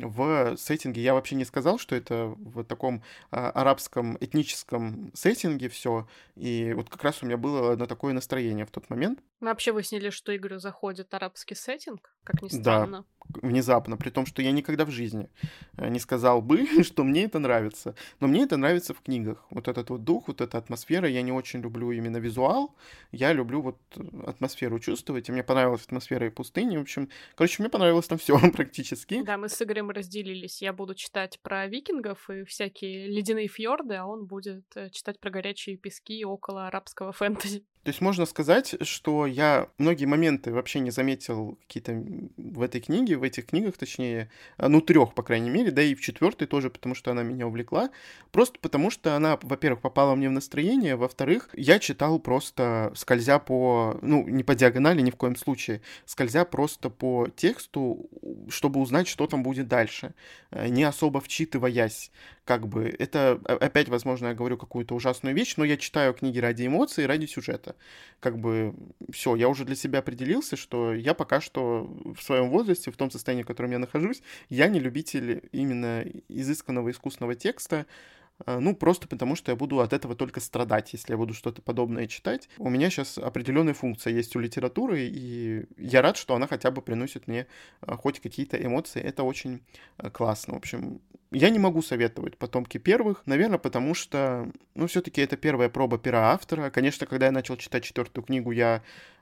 В сеттинге я вообще не сказал, что это в таком арабском этническом сеттинге все, и вот как раз у меня было на такое настроение в тот момент. Мы вообще выяснили, что Игорю заходит арабский сеттинг, как ни Да, странно. внезапно, при том, что я никогда в жизни не сказал бы, что мне это нравится. Но мне это нравится в книгах. Вот этот вот дух, вот эта атмосфера. Я не очень люблю именно визуал, я люблю вот атмосферу чувствовать, и мне понравилась атмосфера и пустыни. В общем, короче, мне понравилось там все практически. Да, мы с Игорем разделились. Я буду читать про викингов и всякие ледяные фьорды, а он будет читать про горячие пески около арабского фэнтези. То есть можно сказать, что я многие моменты вообще не заметил какие-то в этой книге, в этих книгах, точнее, ну, 3, по крайней мере, да и в 4-й тоже, потому что она меня увлекла. Просто потому что она, во-первых, попала мне в настроение, во-вторых, я читал просто скользя по, ну, не по диагонали ни в коем случае, скользя просто по тексту, чтобы узнать, что там будет дальше, не особо вчитываясь. Как бы, это опять, возможно, я говорю какую-то ужасную вещь, но я читаю книги ради эмоций, ради сюжета. Как бы, все, я уже для себя определился, что я пока что в своем возрасте, в том состоянии, в котором я нахожусь, я не любитель именно изысканного искусственного текста, ну, просто потому что я буду от этого только страдать, если я буду что-то подобное читать. У меня сейчас определенная функция есть у литературы, и я рад, что она хотя бы приносит мне хоть какие-то эмоции. Это очень классно. В общем, я не могу советовать «Потомки первых», наверное, потому что, ну, все-таки это первая проба пера автора. Конечно, когда я начал читать 4-ю книгу, я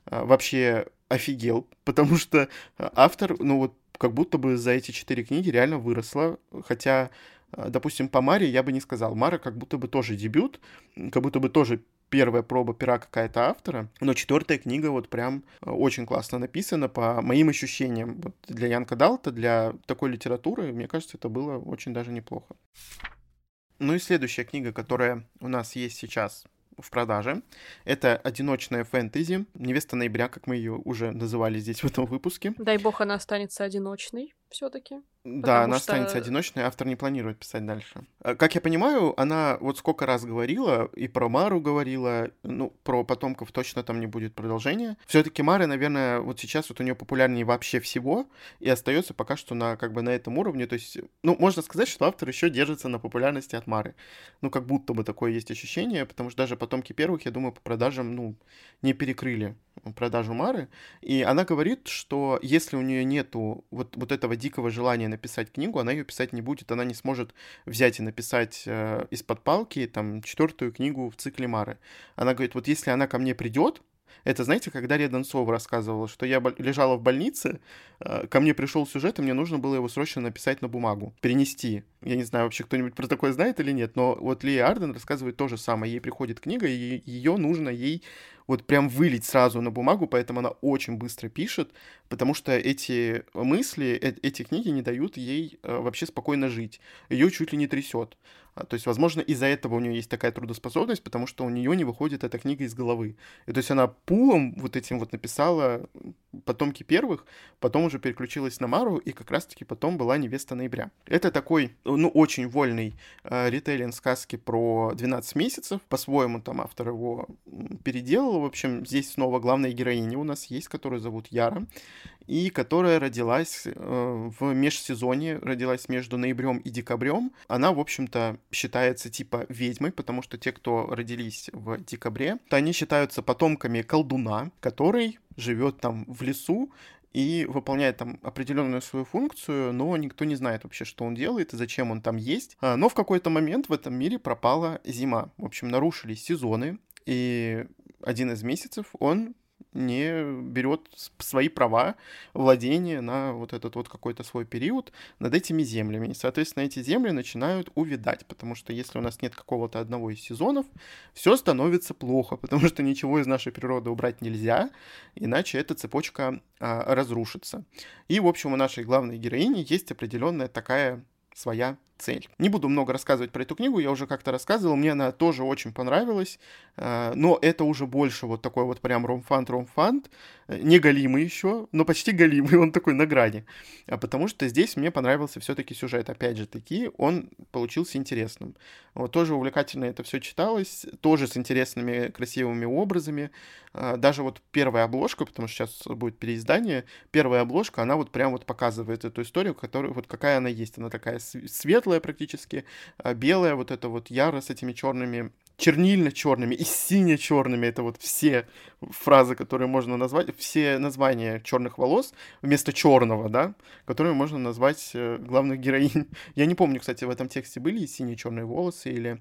вообще офигел, потому что автор, ну, вот как будто бы за эти 4 книги реально выросла, хотя допустим, по Маре я бы не сказал. Мара как будто бы тоже дебют, как будто бы тоже первая проба пера какая-то автора, но 4-я книга вот прям очень классно написана, по моим ощущениям. Вот для Янка Далта, для такой литературы, мне кажется, это было очень даже неплохо. Ну и следующая книга, которая у нас есть сейчас в продаже, это одиночная фэнтези «Невеста ноября», как мы ее уже называли здесь в этом выпуске. Дай бог, она останется одиночной все-таки. Да, потому она останется что... одиночной, автор не планирует писать дальше. Как я понимаю, она вот сколько раз говорила, и про Мару говорила, ну, про потомков точно там не будет продолжения. Все-таки Мара, наверное, вот сейчас вот у нее популярнее вообще всего, и остается пока что на, как бы, на этом уровне. То есть, ну, можно сказать, что автор еще держится на популярности от Мары. Ну, как будто бы такое есть ощущение, потому что даже потомки первых, я думаю, по продажам, ну, не перекрыли продажу Мары. И она говорит, что если у нее нету вот этого дикого желания написать книгу, она ее писать не будет, она не сможет взять и написать из-под палки там 4-ю книгу в цикле Мары. Она говорит, вот если она ко мне придет, это, знаете, когда Реда Донцова рассказывала, что я лежала в больнице, ко мне пришел сюжет, и мне нужно было его срочно написать на бумагу, перенести. Я не знаю, вообще кто-нибудь про такое знает или нет, но вот Лия Арден рассказывает то же самое. Ей приходит книга, и ее нужно ей вот прям вылить сразу на бумагу, поэтому она очень быстро пишет, потому что эти мысли, эти книги не дают ей вообще спокойно жить. Ее чуть ли не трясет. То есть, возможно, из-за этого у нее есть такая трудоспособность, потому что у нее не выходит эта книга из головы. И то есть она пулом вот этим вот написала потомки первых, потом уже переключилась на Мару, и как раз-таки потом была невеста ноября. Это такой, ну, очень вольный ритейлинг сказки про 12 месяцев. По-своему там автор его переделал. В общем, здесь снова главная героиня у нас есть, которую зовут Яра, и которая родилась в межсезонье, родилась между ноябрем и декабрем. Она, в общем-то, считается типа ведьмой, потому что те, кто родились в декабре, то они считаются потомками колдуна, который живет там в лесу и выполняет там определенную свою функцию, но никто не знает вообще, что он делает и зачем он там есть. Но в какой-то момент в этом мире пропала зима. В общем, нарушились сезоны, и один из месяцев он не берет свои права владения на вот этот вот какой-то свой период над этими землями. И, соответственно, эти земли начинают увядать, потому что если у нас нет какого-то одного из сезонов, все становится плохо, потому что ничего из нашей природы убрать нельзя, иначе эта цепочка разрушится. И, в общем, у нашей главной героини есть определенная такая своя цель. Не буду много рассказывать про эту книгу, я уже как-то рассказывал, мне она тоже очень понравилась, но это уже больше вот такой вот прям ромфант, не галимый еще, но почти галимый, он такой на грани, потому что здесь мне понравился все-таки сюжет, опять же таки, он получился интересным. Вот, тоже увлекательно это все читалось, тоже с интересными красивыми образами, даже вот первая обложка, потому что сейчас будет переиздание, первая обложка, она вот прям вот показывает эту историю, которая вот какая она есть, она такая светлая практически, белая, вот это вот Яра с этими черными, чернильно-черными и сине-черными, это вот все фразы, которые можно назвать, все названия черных волос вместо черного, да, которые можно назвать главных героинь. Я не помню, кстати, в этом тексте были и синие-черные волосы или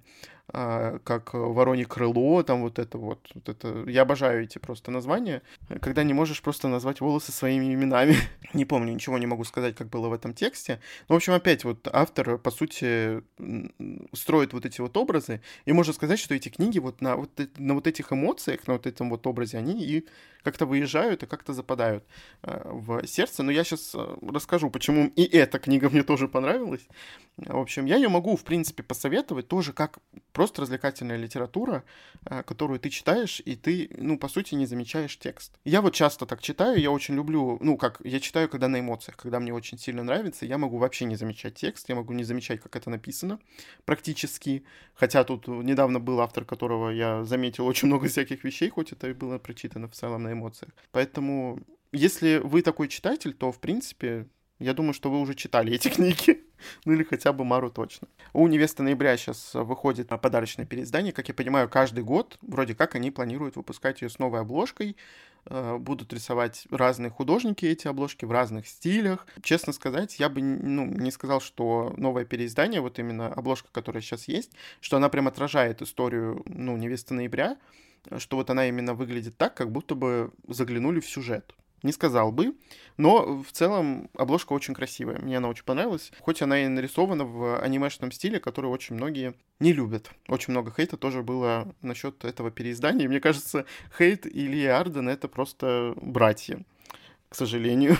как воронье крыло, там вот это вот это. Я обожаю эти просто названия, когда не можешь просто назвать волосы своими именами. Не помню, ничего не могу сказать, как было в этом тексте. Но, в общем, опять вот автор, по сути, строит вот эти вот образы, и можно сказать, что эти книги вот на вот этих эмоциях, на вот этом вот образе, они и как-то выезжают и как-то западают в сердце. Но я сейчас расскажу, почему и эта книга мне тоже понравилась. В общем, я ее могу, в принципе, посоветовать тоже как просто развлекательная литература, которую ты читаешь, и ты, ну, по сути, не замечаешь текст. Я вот часто так читаю, я очень люблю, ну, как, я читаю, когда на эмоциях, когда мне очень сильно нравится, я могу вообще не замечать текст, я могу не замечать, как это написано, практически, хотя тут недавно был автор, которого я заметил очень много всяких вещей, хоть это и было прочитано в целом на эмоциях. Поэтому, если вы такой читатель, то, в принципе, я думаю, что вы уже читали эти книги. Ну или хотя бы Мару точно. У «Невесты ноября» сейчас выходит подарочное переиздание. Как я понимаю, каждый год вроде как они планируют выпускать ее с новой обложкой. Будут рисовать разные художники эти обложки в разных стилях. Честно сказать, я бы не сказал, что новое переиздание, вот именно обложка, которая сейчас есть, что она прям отражает историю «Невесты ноября», что вот она именно выглядит так, как будто бы заглянули в сюжет. Не сказал бы, но в целом обложка очень красивая. Мне она очень понравилась. Хоть она и нарисована в анимешном стиле, который очень многие не любят. Очень много хейта тоже было насчет этого переиздания. И мне кажется, Хейт и Лия Арден — это просто братья, к сожалению.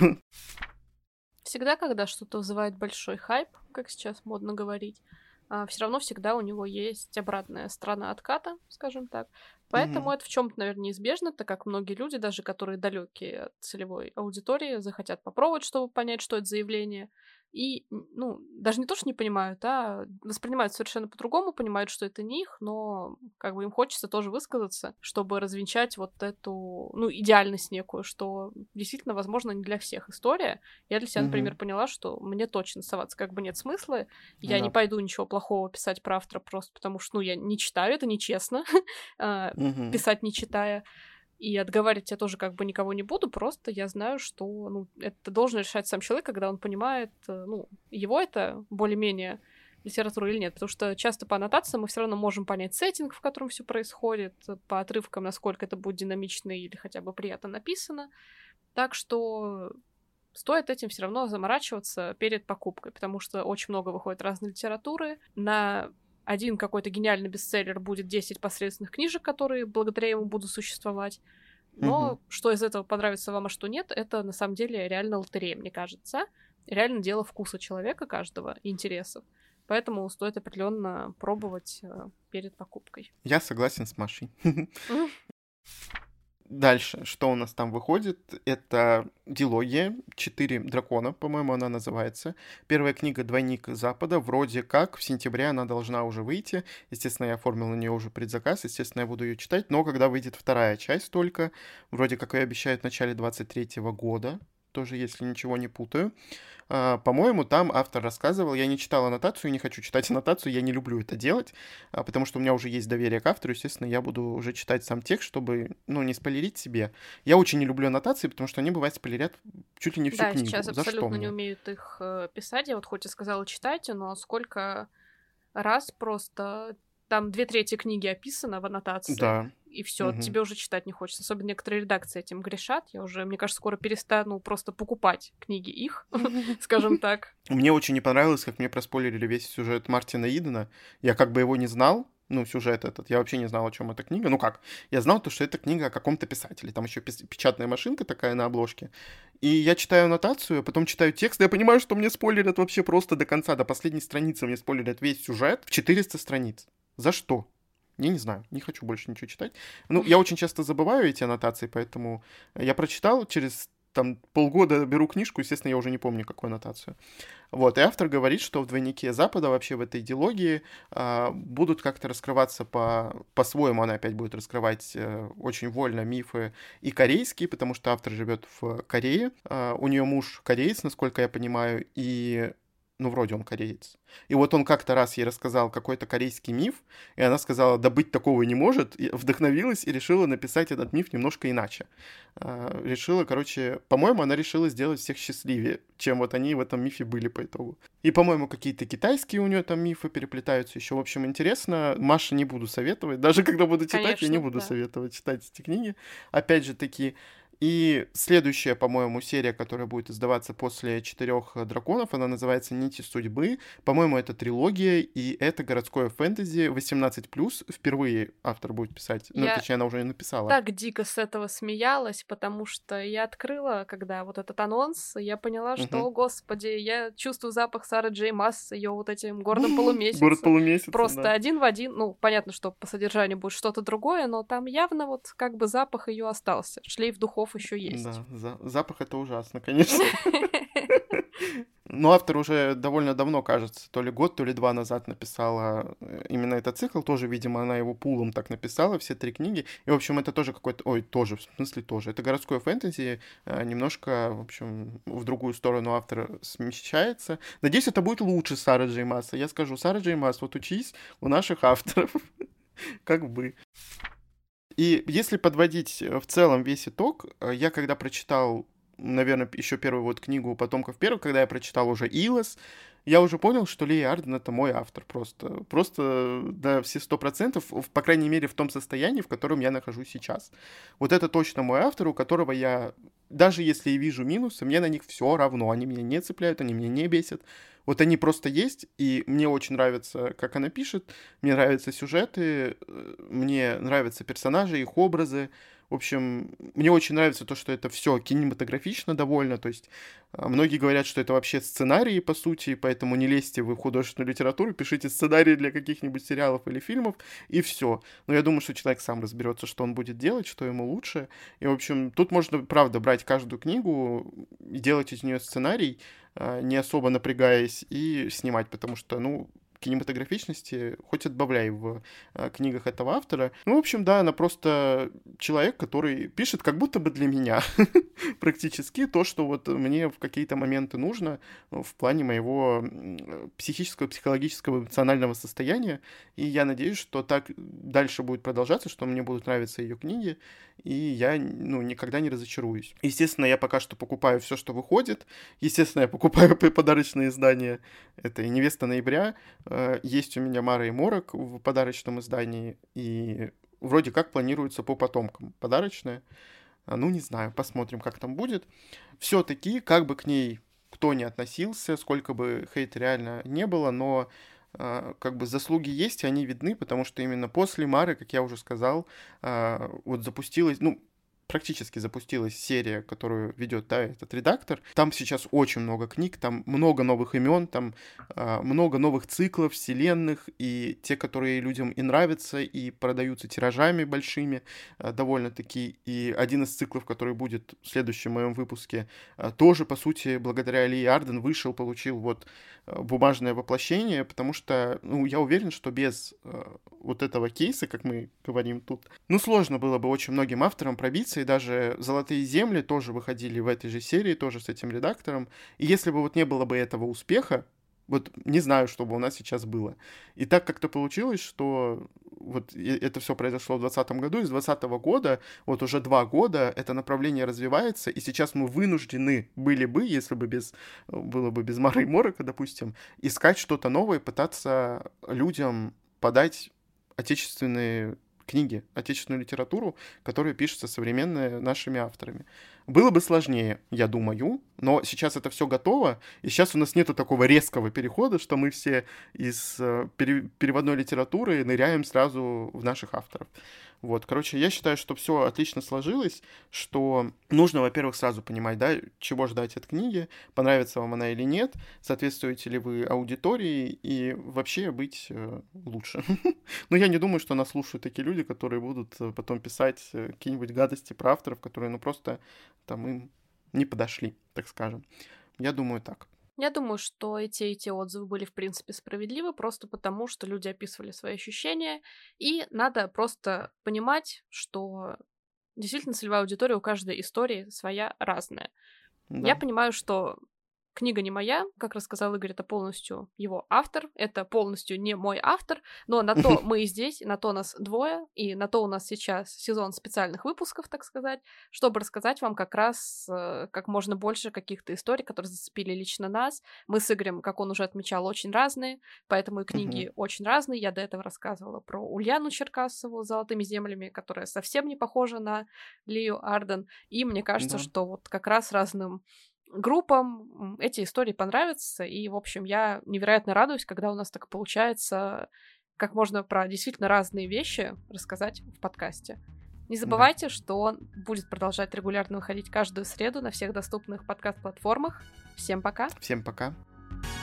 Всегда, когда что-то вызывает большой хайп, как сейчас модно говорить, все равно всегда у него есть обратная сторона отката, скажем так. Поэтому это в чем-то, наверное, неизбежно, так как многие люди, даже которые далекие от целевой аудитории, захотят попробовать, чтобы понять, что это за явление. и, ну, даже не то, что не понимают, а воспринимают совершенно по-другому, понимают, что это не их, но как бы им хочется тоже высказаться, чтобы развенчать вот эту, ну, идеальность некую, что действительно, возможно, не для всех история. Я для себя, например, Мгм. поняла, что мне точно соваться как бы нет смысла, я не Да. пойду ничего плохого писать про автора просто потому что, ну, я не читаю, это нечестно, Мгм. писать не читая. И отговаривать я тоже как бы никого не буду, просто я знаю, что, ну, это должен решать сам человек, когда он понимает, ну, его это более-менее литература или нет, потому что часто по аннотациям мы все равно можем понять сеттинг, в котором все происходит, по отрывкам, насколько это будет динамично или хотя бы приятно написано. Так что стоит этим все равно заморачиваться перед покупкой, потому что очень много выходит разной литературы. На один какой-то гениальный бестселлер будет 10 посредственных книжек, которые благодаря ему будут существовать. Мгм. Но что из этого понравится вам, а что нет, это на самом деле реально лотерея, мне кажется. Реально дело вкуса человека каждого, и интересов. Поэтому стоит определенно пробовать перед покупкой. Я согласен с Машей. Мгм. Дальше, что у нас там выходит, это дилогия «Четыре дракона», по-моему, она называется. Первая книга «Двойник Запада», вроде как в сентябре она должна уже выйти. Естественно, я оформил на нее уже предзаказ, естественно, я буду ее читать, но когда выйдет вторая часть только, вроде как и обещают в начале 23-го года, тоже, если ничего не путаю. По-моему, там автор рассказывал, я не читал аннотацию, не хочу читать аннотацию, я не люблю это делать, потому что у меня уже есть доверие к автору, естественно, я буду уже читать сам текст, чтобы, ну, не спойлерить себе. Я очень не люблю аннотации, потому что они, бывает, спойлерят чуть ли не всю Да, книгу. сейчас За что абсолютно не мне? умеют их писать. Я вот хоть и сказала читайте, но сколько раз просто там 2/3 книги описано в аннотации, Да. и все, Мгм. тебе уже читать не хочется. Особенно некоторые редакции этим грешат. Я уже, мне кажется, скоро перестану просто покупать книги их, скажем так. Мне очень не понравилось, как мне проспойлерили весь сюжет Мартина Идена. Я как бы его не знал, ну, сюжет этот. Я вообще не знал, о чем эта книга. Ну как? Я знал то, что это книга о каком-то писателе. Там еще печатная машинка такая на обложке. И я читаю аннотацию, а потом читаю текст, и я понимаю, что мне спойлерят вообще просто до конца, до последней страницы. Мне спойлерят весь сюжет в 400 страниц. За что? Я не знаю, не хочу больше ничего читать. Ну, я очень часто забываю эти аннотации, поэтому я прочитал, через там полгода беру книжку, естественно, я уже не помню, какую аннотацию. Вот, и автор говорит, что в «Двойнике Запада» вообще в этой идеологии будут как-то раскрываться по-своему, она опять будет раскрывать очень вольно мифы и корейские, потому что автор живет в Корее, у нее муж кореец, насколько я понимаю, и ну, вроде он кореец. И вот он как-то раз ей рассказал какой-то корейский миф, и она сказала, да быть такого не может, и вдохновилась и решила написать этот миф немножко иначе. Решила, короче, по-моему, она решила сделать всех счастливее, чем вот они в этом мифе были по итогу. И, по-моему, какие-то китайские у нее там мифы переплетаются еще. В общем, интересно. Маша не буду советовать. Даже когда буду читать, я не Конечно, буду да. советовать читать эти книги. Опять же таки, и следующая, по-моему, серия, которая будет издаваться после «Четырех драконов», она называется «Нити судьбы». По-моему, это трилогия, и это городское фэнтези 18+. Впервые автор будет писать. Ну, Я точнее, она уже и написала. так дико с этого смеялась, потому что я открыла, когда вот этот анонс, и я поняла, что, Мгм. о господи, я чувствую запах Сары Джей Маас с ее вот этим городом Город полумесяца. полумесяца, Просто да. один в один. Ну, понятно, что по содержанию будет что-то другое, но там явно вот как бы запах ее остался. Шлейф духов еще есть. Да, запах это ужасно, конечно. Но автор уже довольно давно, кажется, то ли год, то ли два назад написала именно этот цикл. Тоже, видимо, она его пулом так написала, все три книги. И, в общем, это тоже какой-то... Ой, тоже, в смысле тоже. Это городское фэнтези, немножко, в общем, в другую сторону автор смещается. Надеюсь, это будет лучше Сары Джей Маса. Я скажу, Сара Джей Мас, вот учись у наших авторов. Как бы. И если подводить в целом весь итог, я когда прочитал, наверное, еще первую вот книгу «Потомков первых», когда я прочитал уже «Илос», я уже понял, что Лея Арден — это мой автор просто. Просто на все 100%, по крайней мере, в том состоянии, в котором я нахожусь сейчас. Вот это точно мой автор, у которого я, даже если и вижу минусы, мне на них все равно. Они меня не цепляют, они меня не бесят. Вот они просто есть, и мне очень нравится, как она пишет, мне нравятся сюжеты, мне нравятся персонажи, их образы. В общем, мне очень нравится то, что это все кинематографично довольно, то есть многие говорят, что это вообще сценарии, по сути, поэтому не лезьте вы в художественную литературу, пишите сценарии для каких-нибудь сериалов или фильмов, и все. Но я думаю, что человек сам разберется, что он будет делать, что ему лучше. И, в общем, тут можно, правда, брать каждую книгу и делать из нее сценарий. не особо напрягаясь, и снимать, потому что, ну, кинематографичности хоть отбавляй в книгах этого автора. Ну, в общем, да, она просто человек, который пишет как будто бы для меня практически то, что вот мне в какие-то моменты нужно в плане моего психического, психологического, эмоционального состояния. И я надеюсь, что так дальше будет продолжаться, что мне будут нравиться ее книги, и я, ну, никогда не разочаруюсь. Естественно, я пока что покупаю все, что выходит. Естественно, я покупаю подарочные издания. Это и «Невеста ноября». Есть у меня «Мара и Морок» в подарочном издании, и вроде как планируется по потомкам подарочное. Ну, не знаю, посмотрим, как там будет. Все-таки, как бы к ней кто ни относился, сколько бы хейта реально не было, но как бы заслуги есть, и они видны, потому что именно после Мары, как я уже сказал, вот запустилась, ну, практически запустилась серия, которую ведет, да, этот редактор. Там сейчас очень много книг, там много новых имен, там много новых циклов, вселенных, и те, которые людям и нравятся, и продаются тиражами большими довольно-таки. И один из циклов, который будет в следующем моем выпуске, тоже, по сути, благодаря Лии Арден вышел, получил вот бумажное воплощение, потому что, ну, я уверен, что без вот этого кейса, как мы говорим тут, ну, сложно было бы очень многим авторам пробиться, и даже «Золотые земли» тоже выходили в этой же серии, тоже с этим редактором. И если бы вот не было бы этого успеха, вот не знаю, что бы у нас сейчас было. И так как-то получилось, что вот это все произошло в 2020 году, и с 2020 года, вот уже 2 года, это направление развивается, и сейчас мы вынуждены были бы, если бы было бы без Мары и Морока, допустим, искать что-то новое, пытаться людям подать отечественные книги, отечественную литературу, которая пишется современная нашими авторами. Было бы сложнее, я думаю, но сейчас это все готово, и сейчас у нас нету такого резкого перехода, что мы все из переводной литературы ныряем сразу в наших авторов. Вот, короче, я считаю, что все отлично сложилось, что нужно, во-первых, сразу понимать, да, чего ждать от книги, понравится вам она или нет, соответствуете ли вы аудитории, и вообще быть лучше. Но я не думаю, что нас слушают такие люди, которые будут потом писать какие-нибудь гадости про авторов, которые, ну, просто там им не подошли, так скажем. Я думаю, так. Я думаю, что и те отзывы были, в принципе, справедливы, просто потому, что люди описывали свои ощущения, и надо просто понимать, что действительно целевая аудитория у каждой истории своя, разная. Да. Я понимаю, что книга не моя, как рассказал Игорь, это полностью его автор, это полностью не мой автор, но на то мы и здесь, на то нас двое, и на то у нас сейчас сезон специальных выпусков, так сказать, чтобы рассказать вам как раз как можно больше каких-то историй, которые зацепили лично нас. Мы с Игорем, как он уже отмечал, очень разные, поэтому и книги очень разные. Я до этого рассказывала про Ульяну Черкасову с «Золотыми землями», которая совсем не похожа на Лию Арден, и мне кажется, что вот как раз разным группам эти истории понравятся, и, в общем, я невероятно радуюсь, когда у нас так получается как можно про действительно разные вещи рассказать в подкасте. Не забывайте, что он будет продолжать регулярно выходить каждую среду на всех доступных подкаст-платформах. Всем пока! Всем пока!